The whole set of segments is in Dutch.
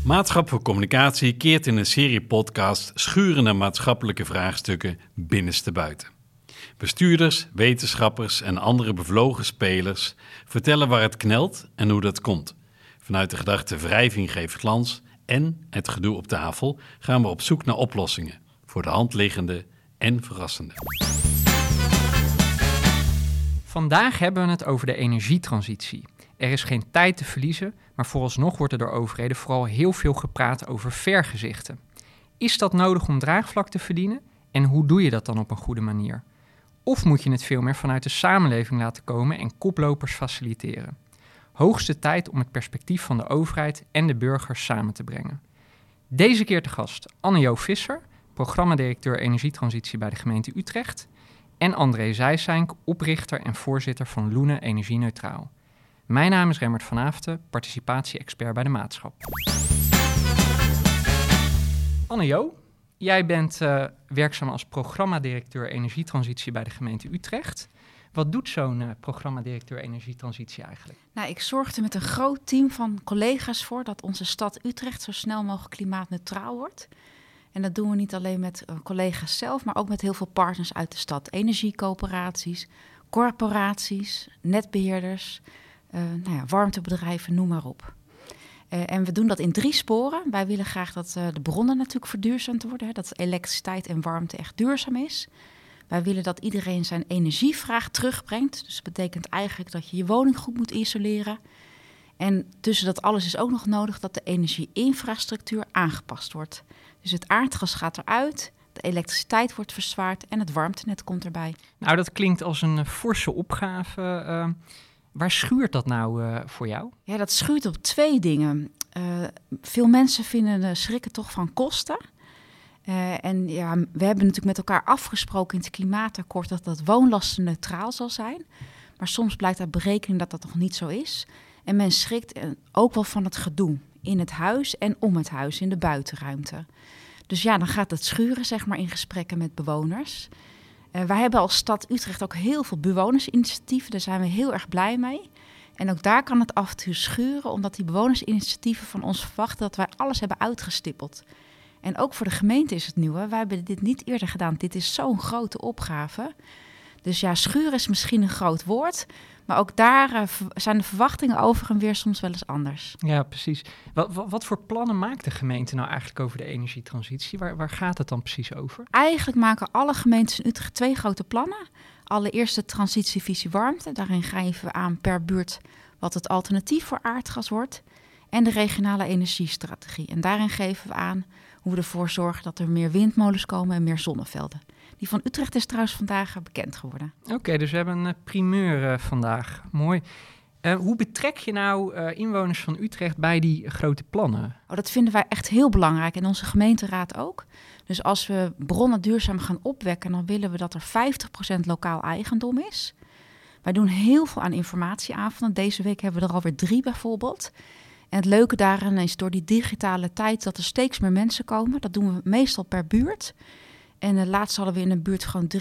Maatschap voor Communicatie keert in een serie podcast schurende maatschappelijke vraagstukken binnenstebuiten. Bestuurders, wetenschappers en andere bevlogen spelers vertellen waar het knelt en hoe dat komt. Vanuit de gedachte wrijving geeft glans en het gedoe op tafel gaan we op zoek naar oplossingen voor de hand liggende en verrassende. Vandaag hebben we het over de energietransitie. Er is geen tijd te verliezen, maar vooralsnog wordt er door overheden vooral heel veel gepraat over vergezichten. Is dat nodig om draagvlak te verdienen? En hoe doe je dat dan op een goede manier? Of moet je het veel meer vanuit de samenleving laten komen en koplopers faciliteren? Hoogste tijd om het perspectief van de overheid en de burgers samen te brengen. Deze keer te gast Anne-Jo Visser, programmadirecteur energietransitie bij de gemeente Utrecht, en André Zijsseink, oprichter en voorzitter van Loenen Energie Neutraal. Mijn naam is Remmert van Aaften, participatie-expert bij de Maatschap. Anne-Jo, jij bent werkzaam als programmadirecteur energietransitie bij de gemeente Utrecht. Wat doet zo'n programmadirecteur energietransitie eigenlijk? Nou, ik zorg er met een groot team van collega's voor dat onze stad Utrecht zo snel mogelijk klimaatneutraal wordt. En dat doen we niet alleen met collega's zelf, maar ook met heel veel partners uit de stad. Energiecoöperaties, corporaties, netbeheerders, warmtebedrijven, noem maar op. En we doen dat in 3 sporen. Wij willen graag dat de bronnen natuurlijk verduurzaamd worden. Hè, dat elektriciteit en warmte echt duurzaam is. Wij willen dat iedereen zijn energievraag terugbrengt. Dus dat betekent eigenlijk dat je je woning goed moet isoleren. En tussen dat alles is ook nog nodig dat de energieinfrastructuur aangepast wordt. Dus het aardgas gaat eruit, de elektriciteit wordt verzwaard en het warmtenet komt erbij. Nou, dat klinkt als een forse opgave. Waar schuurt dat nou voor jou? Ja, dat schuurt op 2 dingen. Veel mensen schrikken toch van kosten. En ja, we hebben natuurlijk met elkaar afgesproken in het klimaatakkoord dat woonlastenneutraal zal zijn. Maar soms blijkt uit berekening dat dat nog niet zo is. En men schrikt ook wel van het gedoe in het huis en om het huis, in de buitenruimte. Dus ja, dan gaat het schuren, zeg maar, in gesprekken met bewoners. Wij hebben als stad Utrecht ook heel veel bewonersinitiatieven. Daar zijn we heel erg blij mee. En ook daar kan het af en toe schuren, omdat die bewonersinitiatieven van ons verwachten dat wij alles hebben uitgestippeld. En ook voor de gemeente is het nieuw. Hè? Wij hebben dit niet eerder gedaan. Dit is zo'n grote opgave. Dus ja, schuren is misschien een groot woord. Maar ook daar zijn de verwachtingen over en weer soms wel eens anders. Ja, precies. Wat voor plannen maakt de gemeente nou eigenlijk over de energietransitie? Waar gaat het dan precies over? Eigenlijk maken alle gemeentes in Utrecht 2 grote plannen. Allereerst de transitievisie warmte. Daarin geven we aan per buurt wat het alternatief voor aardgas wordt. En de regionale energiestrategie. En daarin geven we aan hoe we ervoor zorgen dat er meer windmolens komen en meer zonnevelden. Die van Utrecht is trouwens vandaag bekend geworden. Oké, dus we hebben een primeur vandaag. Mooi. Hoe betrek je nou inwoners van Utrecht bij die grote plannen? Dat vinden wij echt heel belangrijk en onze gemeenteraad ook. Dus als we bronnen duurzaam gaan opwekken, dan willen we dat er 50% lokaal eigendom is. Wij doen heel veel aan informatieavonden. Deze week hebben we er alweer 3 bijvoorbeeld. En het leuke daarin is door die digitale tijd dat er steeds meer mensen komen. Dat doen we meestal per buurt. En laatst hadden we in een buurt gewoon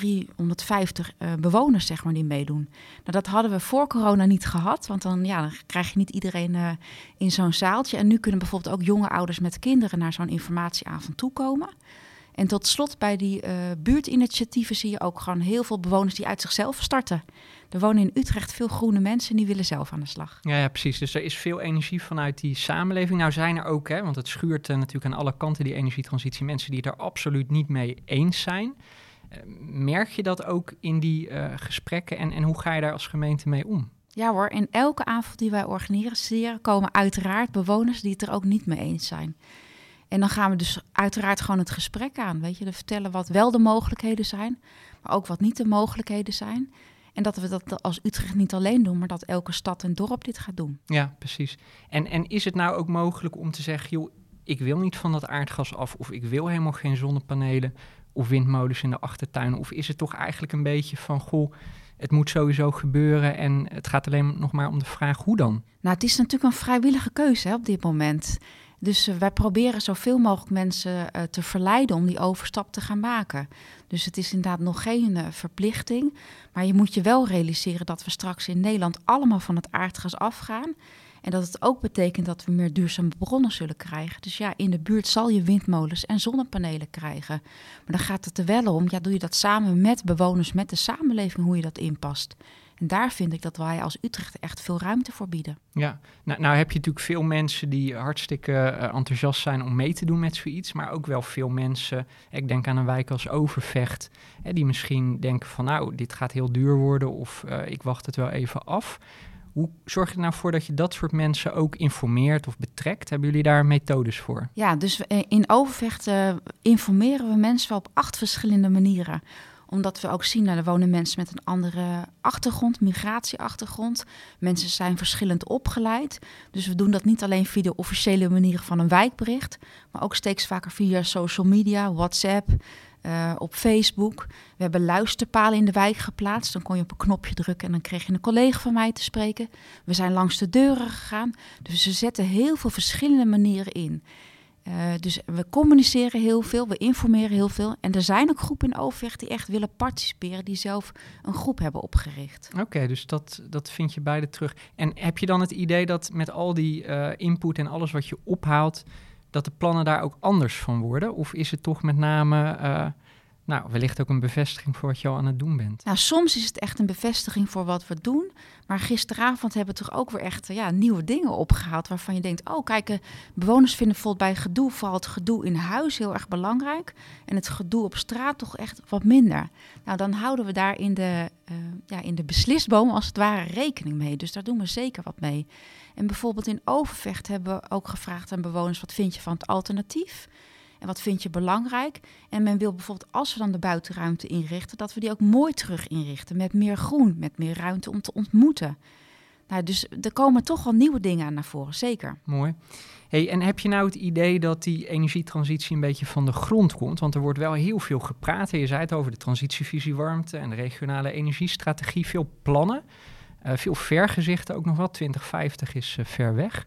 350 bewoners, zeg maar, die meedoen. Nou, dat hadden we voor corona niet gehad, want dan krijg je niet iedereen in zo'n zaaltje. En nu kunnen bijvoorbeeld ook jonge ouders met kinderen naar zo'n informatieavond toekomen. En tot slot bij die buurtinitiatieven zie je ook gewoon heel veel bewoners die uit zichzelf starten. Er wonen in Utrecht veel groene mensen en die willen zelf aan de slag. Ja, precies. Dus er is veel energie vanuit die samenleving. Nou zijn er ook, want het schuurt natuurlijk aan alle kanten die energietransitie, mensen die het er absoluut niet mee eens zijn. Merk je dat ook in die gesprekken en hoe ga je daar als gemeente mee om? Ja hoor, in elke avond die wij organiseren komen uiteraard bewoners die het er ook niet mee eens zijn. En dan gaan we dus uiteraard gewoon het gesprek aan. Weet je, dan vertellen wat wel de mogelijkheden zijn, maar ook wat niet de mogelijkheden zijn. En dat we dat als Utrecht niet alleen doen, maar dat elke stad en dorp dit gaat doen. Ja, precies. En is het nou ook mogelijk om te zeggen, joh, ik wil niet van dat aardgas af, of ik wil helemaal geen zonnepanelen of windmolens in de achtertuin? Of is het toch eigenlijk een beetje van, goh, het moet sowieso gebeuren en het gaat alleen nog maar om de vraag hoe dan? Nou, het is natuurlijk een vrijwillige keuze op dit moment. Dus wij proberen zoveel mogelijk mensen te verleiden om die overstap te gaan maken. Dus het is inderdaad nog geen verplichting. Maar je moet je wel realiseren dat we straks in Nederland allemaal van het aardgas afgaan. En dat het ook betekent dat we meer duurzame bronnen zullen krijgen. Dus ja, in de buurt zal je windmolens en zonnepanelen krijgen. Maar dan gaat het er wel om, doe je dat samen met bewoners, met de samenleving, hoe je dat inpast. En daar vind ik dat wij als Utrecht echt veel ruimte voor bieden. Ja, nou heb je natuurlijk veel mensen die hartstikke enthousiast zijn om mee te doen met zoiets. Maar ook wel veel mensen, ik denk aan een wijk als Overvecht, die misschien denken van dit gaat heel duur worden of ik wacht het wel even af. Hoe zorg je er nou voor dat je dat soort mensen ook informeert of betrekt? Hebben jullie daar methodes voor? Ja, dus in Overvecht informeren we mensen wel op 8 verschillende manieren. Omdat we ook zien, er wonen mensen met een andere achtergrond, migratieachtergrond. Mensen zijn verschillend opgeleid. Dus we doen dat niet alleen via de officiële manieren van een wijkbericht, maar ook steeds vaker via social media, WhatsApp, op Facebook. We hebben luisterpalen in de wijk geplaatst. Dan kon je op een knopje drukken en dan kreeg je een collega van mij te spreken. We zijn langs de deuren gegaan. Dus we zetten heel veel verschillende manieren in. Dus we communiceren heel veel, we informeren heel veel. En er zijn ook groepen in Overvecht die echt willen participeren, die zelf een groep hebben opgericht. Oké, dus dat vind je beide terug. En heb je dan het idee dat met al die input en alles wat je ophaalt, dat de plannen daar ook anders van worden? Of is het toch met name wellicht ook een bevestiging voor wat je al aan het doen bent? Nou, soms is het echt een bevestiging voor wat we doen. Maar gisteravond hebben we toch ook weer echt nieuwe dingen opgehaald waarvan je denkt, kijk, bewoners vinden bijvoorbeeld bij gedoe, vooral het gedoe in huis heel erg belangrijk. En het gedoe op straat toch echt wat minder. Nou, dan houden we daar in de beslisboom als het ware rekening mee. Dus daar doen we zeker wat mee. En bijvoorbeeld in Overvecht hebben we ook gevraagd aan bewoners, wat vind je van het alternatief? En wat vind je belangrijk? En men wil bijvoorbeeld, als we dan de buitenruimte inrichten, dat we die ook mooi terug inrichten. Met meer groen, met meer ruimte om te ontmoeten. Nou, dus er komen toch wel nieuwe dingen aan naar voren, zeker. Mooi. Hey, en heb je nou het idee dat die energietransitie een beetje van de grond komt? Want er wordt wel heel veel gepraat. Je zei het over de transitievisie warmte en de regionale energiestrategie. Veel plannen, veel vergezichten ook nog wat. 2050 is ver weg.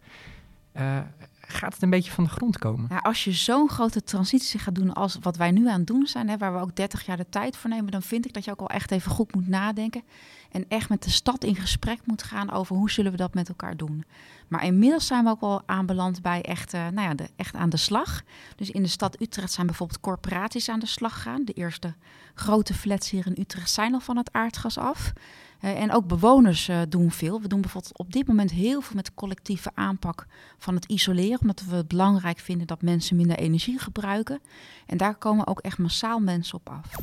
Gaat het een beetje van de grond komen? Nou, als je zo'n grote transitie gaat doen als wat wij nu aan het doen zijn, waar we ook 30 jaar de tijd voor nemen, dan vind ik dat je ook wel echt even goed moet nadenken en echt met de stad in gesprek moet gaan over hoe zullen we dat met elkaar doen. Maar inmiddels zijn we ook al aanbeland bij echt aan de slag. Dus in de stad Utrecht zijn bijvoorbeeld corporaties aan de slag gegaan. De eerste grote flats hier in Utrecht zijn al van het aardgas af. En ook bewoners doen veel. We doen bijvoorbeeld op dit moment heel veel met de collectieve aanpak van het isoleren, omdat we het belangrijk vinden dat mensen minder energie gebruiken. En daar komen ook echt massaal mensen op af.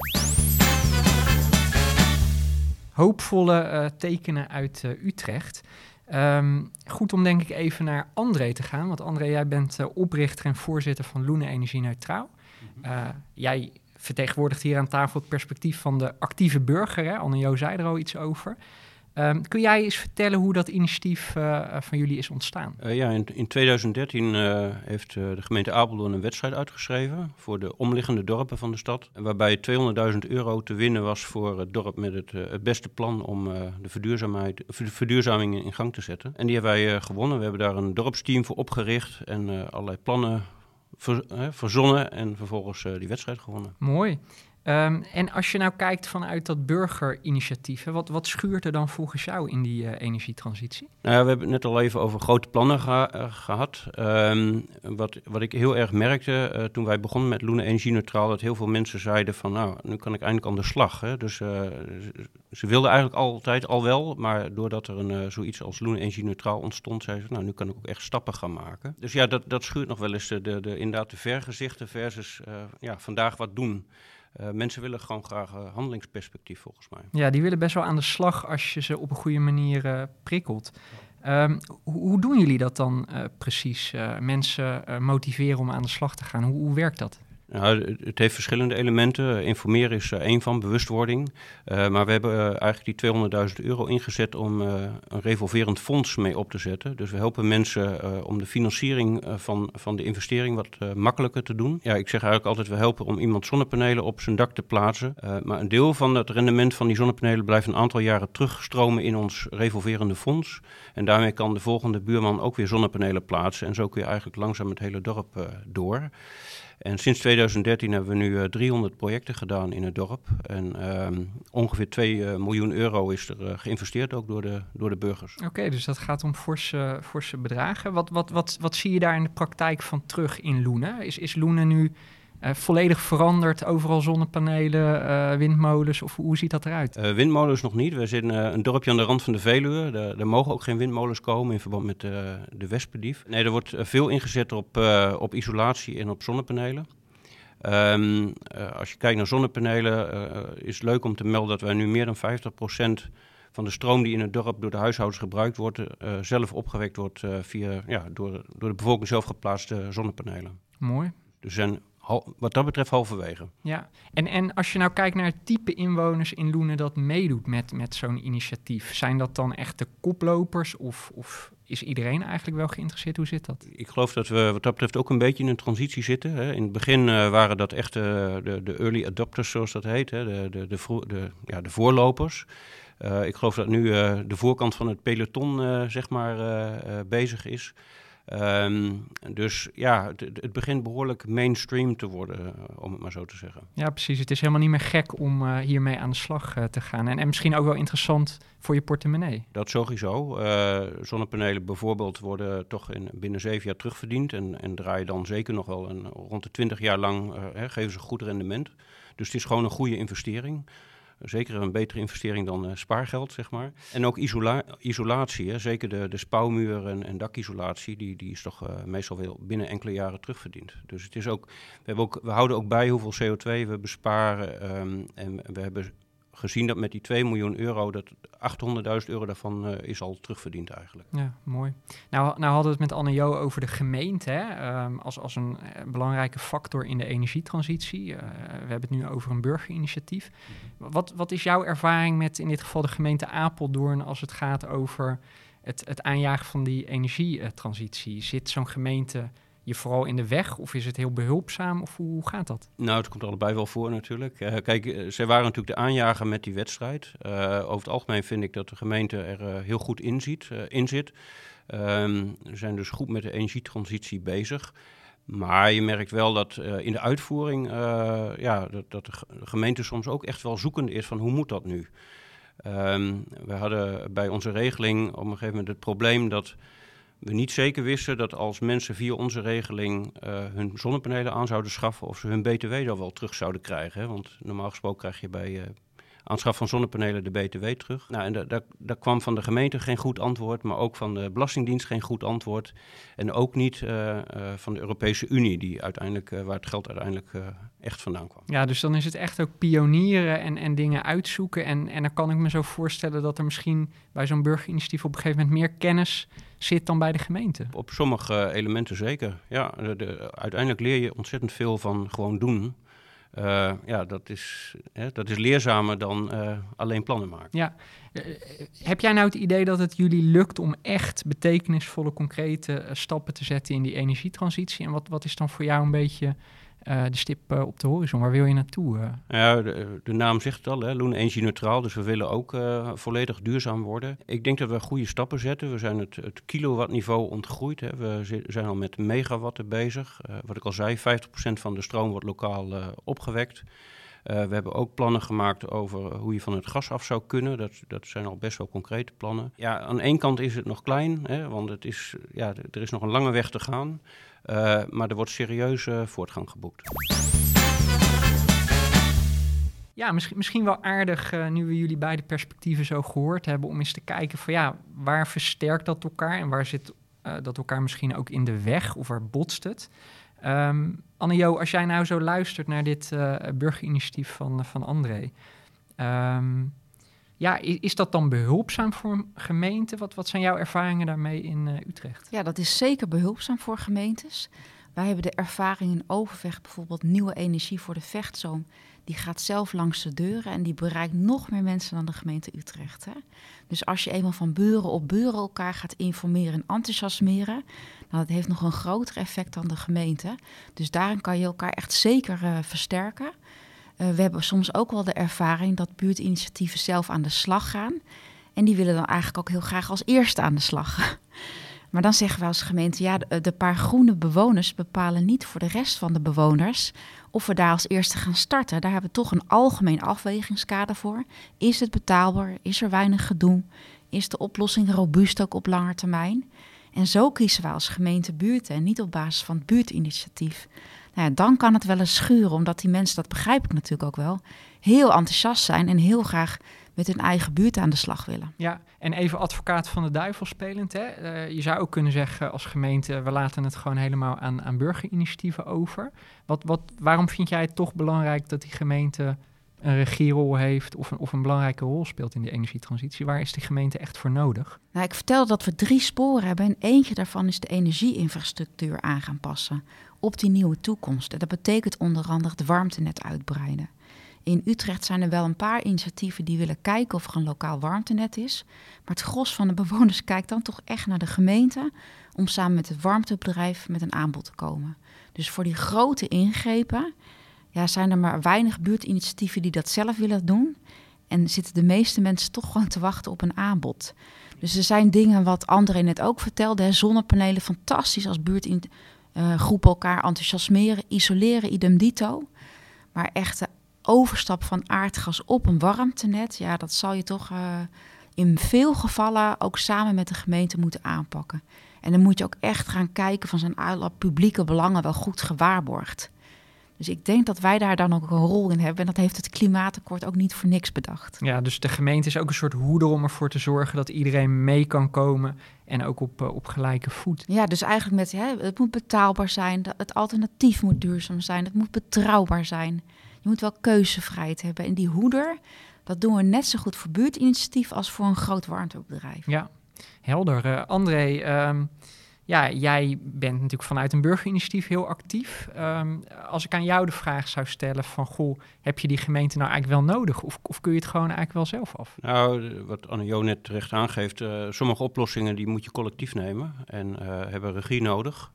Hoopvolle tekenen uit Utrecht. Goed om denk ik even naar André te gaan. Want André, jij bent oprichter en voorzitter van Loenen Energie Neutraal. Jij vertegenwoordigt hier aan tafel het perspectief van de actieve burger. Hè? Anne-Jo zei er al iets over. Kun jij eens vertellen hoe dat initiatief van jullie is ontstaan? In 2013 heeft de gemeente Apeldoorn een wedstrijd uitgeschreven voor de omliggende dorpen van de stad. Waarbij €200.000 te winnen was voor het dorp met het beste plan om de verduurzaming in gang te zetten. En die hebben wij gewonnen. We hebben daar een dorpsteam voor opgericht en allerlei plannen verzonnen en vervolgens die wedstrijd gewonnen. Mooi. En als je nou kijkt vanuit dat burgerinitiatief, wat schuurt er dan volgens jou in die energietransitie? Nou ja, we hebben het net al even over grote plannen gehad. Wat ik heel erg merkte toen wij begonnen met Loenen Energie Neutraal, dat heel veel mensen zeiden van nu kan ik eindelijk aan de slag. Hè? Dus ze wilden eigenlijk altijd al wel, maar doordat er zoiets als Loenen Energie Neutraal ontstond, zeiden ze nu kan ik ook echt stappen gaan maken. Dus ja, dat schuurt nog wel eens inderdaad de vergezichten versus vandaag wat doen. Mensen willen gewoon graag handelingsperspectief volgens mij. Ja, die willen best wel aan de slag als je ze op een goede manier prikkelt. Hoe doen jullie dat dan precies? Mensen motiveren om aan de slag te gaan. Hoe werkt dat? Nou, het heeft verschillende elementen. Informeren is één van, bewustwording. Maar we hebben eigenlijk die €200.000 ingezet om een revolverend fonds mee op te zetten. Dus we helpen mensen om de financiering van de investering wat makkelijker te doen. Ja, ik zeg eigenlijk altijd, we helpen om iemand zonnepanelen op zijn dak te plaatsen. Maar een deel van het rendement van die zonnepanelen blijft een aantal jaren terugstromen in ons revolverende fonds. En daarmee kan de volgende buurman ook weer zonnepanelen plaatsen. En zo kun je eigenlijk langzaam het hele dorp door. En sinds 2013 hebben we nu 300 projecten gedaan in het dorp. En ongeveer 2 miljoen euro is er geïnvesteerd ook door de burgers. Oké, dus dat gaat om forse bedragen. Wat zie je daar in de praktijk van terug in Loenen? Is Loenen nu volledig veranderd? Overal zonnepanelen, windmolens? Of hoe ziet dat eruit? Windmolens nog niet. We zitten een dorpje aan de rand van de Veluwe. Daar mogen ook geen windmolens komen in verband met de wespendief. Nee, er wordt veel ingezet op isolatie en op zonnepanelen. Als je kijkt naar zonnepanelen, is het leuk om te melden dat wij nu meer dan 50% van de stroom die in het dorp door de huishoudens gebruikt wordt, zelf opgewekt wordt door de bevolking zelf geplaatste zonnepanelen. Mooi. Dus zijn wat dat betreft halverwege. Ja, en als je nou kijkt naar het type inwoners in Loenen dat meedoet met zo'n initiatief, zijn dat dan echt de koplopers of is iedereen eigenlijk wel geïnteresseerd? Hoe zit dat? Ik geloof dat we wat dat betreft ook een beetje in een transitie zitten. Hè. In het begin waren dat echt de early adopters, zoals dat heet, hè, de voorlopers. Ik geloof dat nu de voorkant van het peloton bezig is. Dus ja, het begint behoorlijk mainstream te worden, om het maar zo te zeggen. Ja, precies. Het is helemaal niet meer gek om hiermee aan de slag te gaan. En misschien ook wel interessant voor je portemonnee. Dat sowieso. Zonnepanelen bijvoorbeeld worden toch binnen 7 jaar terugverdiend. En draaien dan zeker nog wel rond de 20 jaar lang, geven ze goed rendement. Dus het is gewoon een goede investering. Zeker een betere investering dan spaargeld, zeg maar. En ook isolatie, hè. Zeker de spouwmuur en dakisolatie, die is toch meestal wel binnen enkele jaren terugverdiend. Dus het is ook, we houden ook bij hoeveel CO2 we besparen. En we hebben gezien dat met die 2 miljoen euro, dat 800.000 euro daarvan is al terugverdiend eigenlijk. Ja, mooi. Nou hadden we het met Anne-Jo over de gemeente, hè, als een belangrijke factor in de energietransitie. We hebben het nu over een burgerinitiatief. Wat is jouw ervaring met in dit geval de gemeente Apeldoorn als het gaat over het aanjagen van die energietransitie? Zit zo'n gemeente je vooral in de weg of is het heel behulpzaam of hoe gaat dat? Nou, het komt allebei wel voor natuurlijk. Kijk, zij waren natuurlijk de aanjager met die wedstrijd. Over het algemeen vind ik dat de gemeente er heel goed in zit. We zijn dus goed met de energietransitie bezig. Maar je merkt wel dat in de uitvoering dat de gemeente soms ook echt wel zoekende is van hoe moet dat nu? We hadden bij onze regeling op een gegeven moment het probleem dat we niet zeker wisten dat als mensen via onze regeling hun zonnepanelen aan zouden schaffen, of ze hun BTW dan wel terug zouden krijgen. Hè? Want normaal gesproken krijg je bij aanschaf van zonnepanelen de BTW terug. Nou, en daar kwam van de gemeente geen goed antwoord, maar ook van de Belastingdienst geen goed antwoord. En ook niet van de Europese Unie, die uiteindelijk, waar het geld uiteindelijk echt vandaan kwam. Ja, dus dan is het echt ook pionieren en dingen uitzoeken. En dan kan ik me zo voorstellen dat er misschien bij zo'n burgerinitiatief op een gegeven moment meer kennis zit dan bij de gemeente. Op sommige elementen zeker. Ja, uiteindelijk leer je ontzettend veel van gewoon doen. Dat is leerzamer dan alleen plannen maken. Ja. Heb jij nou het idee dat het jullie lukt om echt betekenisvolle, concrete stappen te zetten in die energietransitie? En wat is dan voor jou een beetje de stip op de horizon? Waar wil je naartoe? Ja, de naam zegt het al, hè? Loenen energie-neutraal, dus we willen ook volledig duurzaam worden. Ik denk dat we goede stappen zetten. We zijn het kilowattniveau ontgroeid. Hè? We zijn al met megawatten bezig. Wat ik al zei, 50% van de stroom wordt lokaal opgewekt. We hebben ook plannen gemaakt over hoe je van het gas af zou kunnen. Dat zijn al best wel concrete plannen. Ja, aan één kant is het nog klein, hè, want er is nog een lange weg te gaan. Maar er wordt serieuze voortgang geboekt. Ja, misschien wel aardig, nu we jullie beide perspectieven zo gehoord hebben, om eens te kijken van waar versterkt dat elkaar en waar zit dat elkaar misschien ook in de weg of waar botst het? Anne-Jo, als jij nou zo luistert naar dit burgerinitiatief van André, is dat dan behulpzaam voor een gemeente? Wat zijn jouw ervaringen daarmee in Utrecht? Ja, dat is zeker behulpzaam voor gemeentes. Wij hebben de ervaring in Overvecht, bijvoorbeeld nieuwe energie voor de Vechtzoom. Die gaat zelf langs de deuren en die bereikt nog meer mensen dan de gemeente Utrecht. Hè? Dus als je eenmaal van buren op buren elkaar gaat informeren en enthousiasmeren, nou, dat heeft nog een groter effect dan de gemeente. Dus daarin kan je elkaar echt zeker versterken. We hebben soms ook wel de ervaring dat buurtinitiatieven zelf aan de slag gaan. En die willen dan eigenlijk ook heel graag als eerste aan de slag. Maar dan zeggen we als gemeente, de paar groene bewoners bepalen niet voor de rest van de bewoners of we daar als eerste gaan starten. Daar hebben we toch een algemeen afwegingskader voor. Is het betaalbaar? Is er weinig gedoe? Is de oplossing robuust ook op lange termijn? En zo kiezen we als gemeente buurten en niet op basis van het buurtinitiatief. Nou ja, dan kan het wel eens schuren, omdat die mensen, dat begrijp ik natuurlijk ook wel, heel enthousiast zijn en heel graag met hun eigen buurt aan de slag willen. Ja, en even advocaat van de duivel spelend. Hè? Je zou ook kunnen zeggen als gemeente, we laten het gewoon helemaal aan burgerinitiatieven over. Waarom vind jij het toch belangrijk dat die gemeente een regierol heeft of een belangrijke rol speelt in de energietransitie? Waar is die gemeente echt voor nodig? Nou, ik vertelde dat we 3 sporen hebben en eentje daarvan is de energieinfrastructuur aan gaan passen op die nieuwe toekomst. En dat betekent onder andere het warmtenet uitbreiden. In Utrecht zijn er wel een paar initiatieven die willen kijken of er een lokaal warmtenet is. Maar het gros van de bewoners kijkt dan toch echt naar de gemeente om samen met het warmtebedrijf met een aanbod te komen. Dus voor die grote ingrepen zijn er maar weinig buurtinitiatieven die dat zelf willen doen. En zitten de meeste mensen toch gewoon te wachten op een aanbod. Dus er zijn dingen wat André net ook vertelde. Zonnepanelen, fantastisch als buurtgroepen elkaar enthousiasmeren, isoleren, idem dito. Maar echt de overstap van aardgas op een warmtenet, dat zal je toch in veel gevallen ook samen met de gemeente moeten aanpakken. En dan moet je ook echt gaan kijken van zijn alle publieke belangen wel goed gewaarborgd. Dus ik denk dat wij daar dan ook een rol in hebben. En dat heeft het Klimaatakkoord ook niet voor niks bedacht. Ja, dus de gemeente is ook een soort hoeder om ervoor te zorgen dat iedereen mee kan komen en ook op gelijke voet. Ja, dus eigenlijk het moet betaalbaar zijn, het alternatief moet duurzaam zijn, het moet betrouwbaar zijn. Je moet wel keuzevrijheid hebben. En die hoeder, dat doen we net zo goed voor buurtinitiatief als voor een groot warmtebedrijf. Ja, helder. André, jij bent natuurlijk vanuit een burgerinitiatief heel actief. Als ik aan jou de vraag zou stellen van, heb je die gemeente nou eigenlijk wel nodig? Of kun je het gewoon eigenlijk wel zelf af? Nou, wat Anne-Jo net terecht aangeeft, sommige oplossingen die moet je collectief nemen en hebben regie nodig.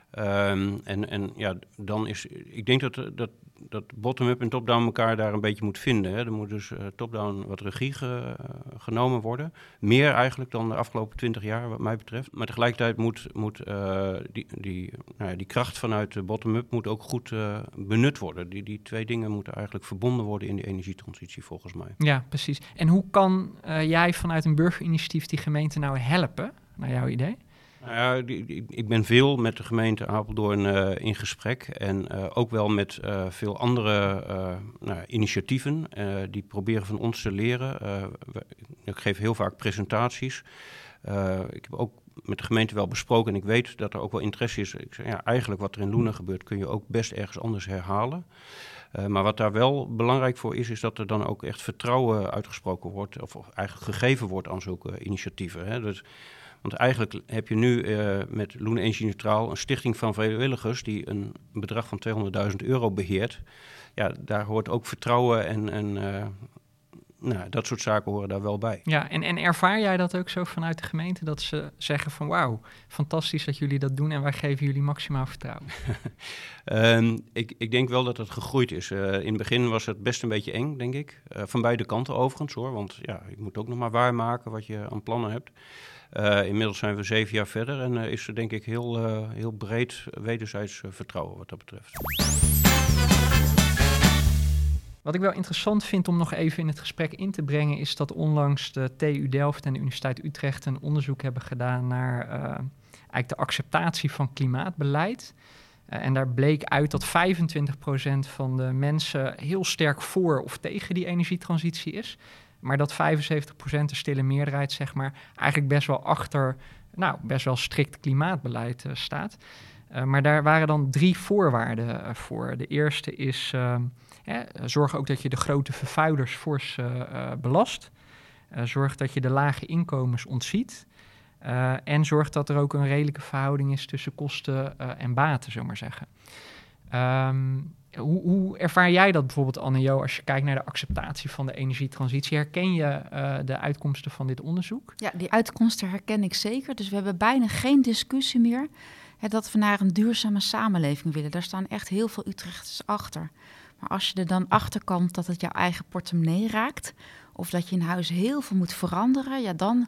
Dan is, ik denk dat bottom-up en top-down elkaar daar een beetje moet vinden. Hè. Er moet dus top-down wat regie genomen worden. Meer eigenlijk dan de afgelopen 20 jaar wat mij betreft. Maar tegelijkertijd moet die kracht vanuit de bottom-up moet ook goed benut worden. Die 2 dingen moeten eigenlijk verbonden worden in de energietransitie volgens mij. Ja, precies. En hoe kan jij vanuit een burgerinitiatief die gemeente nou helpen, naar jouw idee? Ik ben veel met de gemeente Apeldoorn in gesprek en ook wel met veel andere initiatieven die proberen van ons te leren. Ik geef heel vaak presentaties. Ik heb ook met de gemeente wel besproken en ik weet dat er ook wel interesse is. Ik zeg, eigenlijk wat er in Loenen gebeurt kun je ook best ergens anders herhalen. Maar wat daar wel belangrijk voor is dat er dan ook echt vertrouwen uitgesproken wordt of eigenlijk gegeven wordt aan zulke initiatieven. Hè. Dus, want eigenlijk heb je nu met Loenen Energie Neutraal een stichting van vrijwilligers die een bedrag van €200.000 beheert. Ja, daar hoort ook vertrouwen en dat soort zaken horen daar wel bij. Ja, en ervaar jij dat ook zo vanuit de gemeente? Dat ze zeggen van wauw, fantastisch dat jullie dat doen en wij geven jullie maximaal vertrouwen. Ik denk wel dat het gegroeid is. In het begin was het best een beetje eng, denk ik. Van beide kanten overigens hoor, want je moet ook nog maar waarmaken wat je aan plannen hebt. Inmiddels zijn we 7 jaar verder en is er denk ik heel breed wederzijds vertrouwen wat dat betreft. Wat ik wel interessant vind om nog even in het gesprek in te brengen is dat onlangs de TU Delft en de Universiteit Utrecht een onderzoek hebben gedaan naar eigenlijk de acceptatie van klimaatbeleid. En daar bleek uit dat 25% van de mensen heel sterk voor of tegen die energietransitie is. Maar dat 75% de stille meerderheid, zeg maar, eigenlijk best wel achter, best wel strikt klimaatbeleid staat. Maar daar waren dan 3 voorwaarden voor. De eerste is, zorg ook dat je de grote vervuilers fors belast. Zorg dat je de lage inkomens ontziet. En zorg dat er ook een redelijke verhouding is tussen kosten en baten, zullen we maar zeggen. Hoe ervaar jij dat bijvoorbeeld, Anne-Jo, als je kijkt naar de acceptatie van de energietransitie? Herken je de uitkomsten van dit onderzoek? Ja, die uitkomsten herken ik zeker. Dus we hebben bijna geen discussie meer dat we naar een duurzame samenleving willen. Daar staan echt heel veel Utrechters achter. Maar als je er dan achter komt dat het jouw eigen portemonnee raakt, of dat je in huis heel veel moet veranderen, dan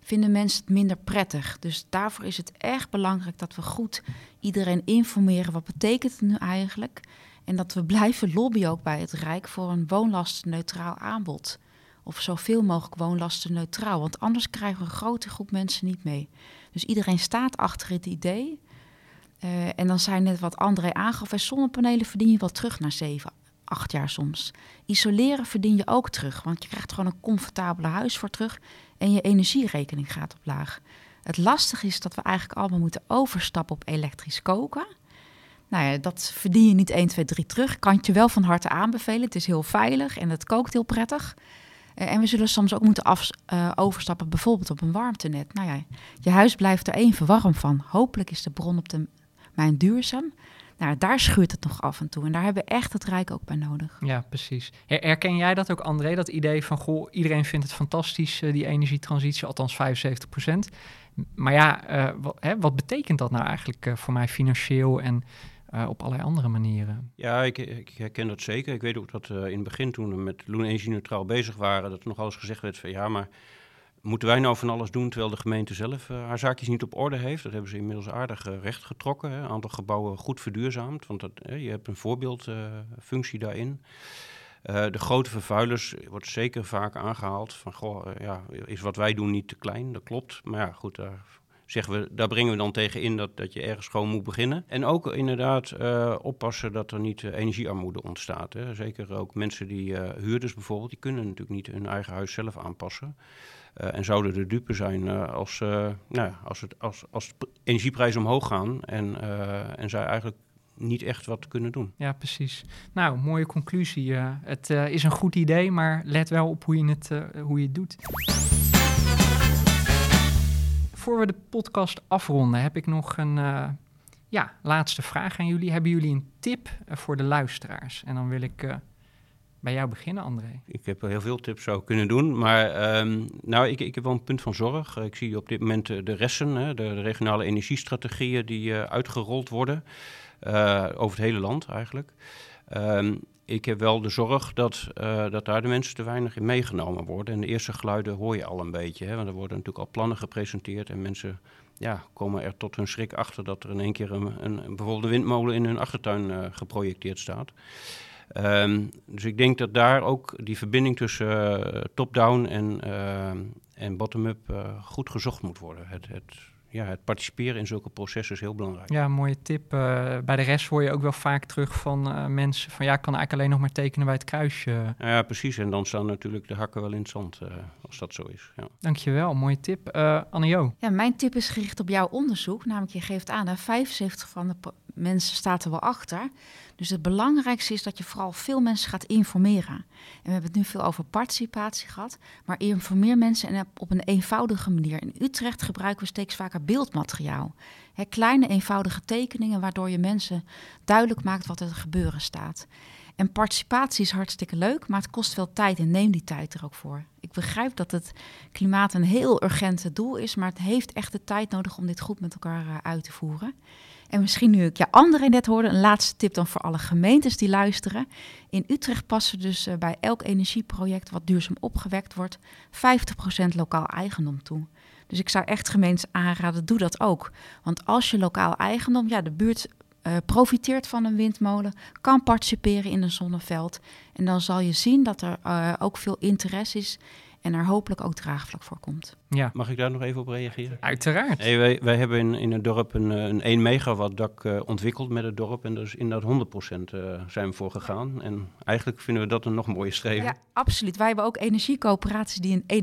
vinden mensen het minder prettig. Dus daarvoor is het echt belangrijk dat we goed iedereen informeren. Wat betekent het nu eigenlijk? En dat we blijven lobbyen ook bij het Rijk voor een woonlastenneutraal aanbod. Of zoveel mogelijk woonlastenneutraal. Want anders krijgen we een grote groep mensen niet mee. Dus iedereen staat achter het idee. En dan zijn net wat André aangaf. Bij zonnepanelen verdien je wel terug na 7, 8 jaar soms. Isoleren verdien je ook terug. Want je krijgt gewoon een comfortabele huis voor terug. En je energierekening gaat op laag. Het lastige is dat we eigenlijk allemaal moeten overstappen op elektrisch koken. Nou ja, dat verdien je niet 1, 2, 3 terug. Ik kan het je wel van harte aanbevelen. Het is heel veilig en het kookt heel prettig. En we zullen soms ook moeten overstappen bijvoorbeeld op een warmtenet. Nou ja, je huis blijft er even warm van. Hopelijk is de bron op termijn duurzaam. Nou, daar schuurt het nog af en toe. En daar hebben we echt het Rijk ook bij nodig. Ja, precies. Herken jij dat ook, André? Dat idee van, goh, iedereen vindt het fantastisch, die energietransitie, althans 75%. Maar ja, wat betekent dat nou eigenlijk voor mij financieel en op allerlei andere manieren? Ja, ik herken dat zeker. Ik weet ook dat in het begin, toen we met Loenen Energie-neutraal bezig waren, dat er nog alles gezegd werd van ja, maar moeten wij nou van alles doen terwijl de gemeente zelf haar zaakjes niet op orde heeft? Dat hebben ze inmiddels aardig recht getrokken. Een aantal gebouwen goed verduurzaamd, want je hebt een voorbeeldfunctie daarin. De grote vervuilers wordt zeker vaak aangehaald van, is wat wij doen niet te klein? Dat klopt, maar ja, goed, daar brengen we dan tegen in dat je ergens gewoon moet beginnen. En ook inderdaad oppassen dat er niet energiearmoede ontstaat. Hè. Zeker ook mensen die huurders bijvoorbeeld, die kunnen natuurlijk niet hun eigen huis zelf aanpassen. En zouden de dupe zijn als de energieprijzen omhoog gaan en zij eigenlijk niet echt wat kunnen doen. Ja, precies. Nou, mooie conclusie. Het is een goed idee, maar let wel op hoe je het doet. Voor we de podcast afronden, heb ik nog een laatste vraag aan jullie. Hebben jullie een tip voor de luisteraars? En dan wil ik bij jou beginnen, André. Ik heb heel veel tips zou kunnen doen, maar ik heb wel een punt van zorg. Ik zie op dit moment de resten, de regionale energiestrategieën die uitgerold worden, over het hele land eigenlijk. Ik heb wel de zorg dat daar de mensen te weinig in meegenomen worden. En de eerste geluiden hoor je al een beetje, want er worden natuurlijk al plannen gepresenteerd en mensen komen er tot hun schrik achter dat er in één keer bijvoorbeeld een windmolen in hun achtertuin geprojecteerd staat. Dus ik denk dat daar ook die verbinding tussen top-down en bottom-up goed gezocht moet worden. Het participeren in zulke processen is heel belangrijk. Ja, mooie tip. Bij de rest hoor je ook wel vaak terug van mensen van ik kan eigenlijk alleen nog maar tekenen bij het kruisje. Ja, precies. En dan staan natuurlijk de hakken wel in het zand, als dat zo is. Ja. Dankjewel, mooie tip. Anne-Jo? Ja, mijn tip is gericht op jouw onderzoek. Namelijk, je geeft aan, 75% van de mensen staat er wel achter. Dus het belangrijkste is dat je vooral veel mensen gaat informeren. En we hebben het nu veel over participatie gehad, maar informeer mensen en op een eenvoudige manier. In Utrecht gebruiken we steeds vaker beeldmateriaal. Kleine eenvoudige tekeningen waardoor je mensen duidelijk maakt wat er te gebeuren staat. En participatie is hartstikke leuk, maar het kost veel tijd en neem die tijd er ook voor. Ik begrijp dat het klimaat een heel urgent doel is, maar het heeft echt de tijd nodig om dit goed met elkaar uit te voeren. En misschien nu ik André net hoorde, een laatste tip dan voor alle gemeentes die luisteren. In Utrecht passen dus bij elk energieproject wat duurzaam opgewekt wordt 50% lokaal eigendom toe. Dus ik zou echt gemeentes aanraden, doe dat ook. Want als je lokaal eigendom, de buurt profiteert van een windmolen, kan participeren in een zonneveld. En dan zal je zien dat er ook veel interesse is en er hopelijk ook draagvlak voor komt. Ja. Mag ik daar nog even op reageren? Uiteraard. Hey, wij hebben in het dorp een 1 megawatt dak ontwikkeld met het dorp. En dus inderdaad 100% zijn we voor gegaan. En eigenlijk vinden we dat een nog mooie streven. Ja, absoluut. Wij hebben ook energiecoöperaties die een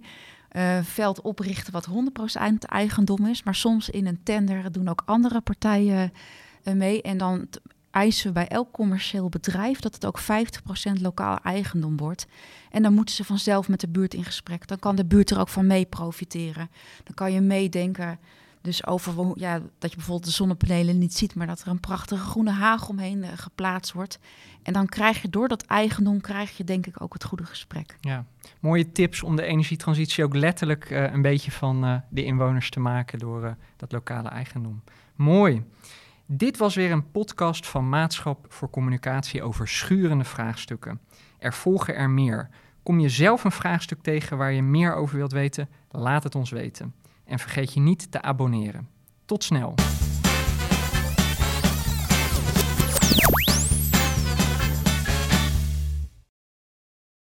energieveld oprichten wat 100% eigendom is. Maar soms in een tender doen ook andere partijen mee. En dan eisen we bij elk commercieel bedrijf dat het ook 50% lokaal eigendom wordt. En dan moeten ze vanzelf met de buurt in gesprek. Dan kan de buurt er ook van mee profiteren. Dan kan je meedenken dus over dat je bijvoorbeeld de zonnepanelen niet ziet, maar dat er een prachtige groene haag omheen geplaatst wordt. En dan krijg je door dat eigendom, denk ik ook het goede gesprek. Ja, mooie tips om de energietransitie ook letterlijk een beetje van de inwoners te maken door dat lokale eigendom. Mooi. Dit was weer een podcast van Maatschap voor Communicatie over schurende vraagstukken. Er volgen er meer. Kom je zelf een vraagstuk tegen waar je meer over wilt weten? Laat het ons weten. En vergeet je niet te abonneren. Tot snel!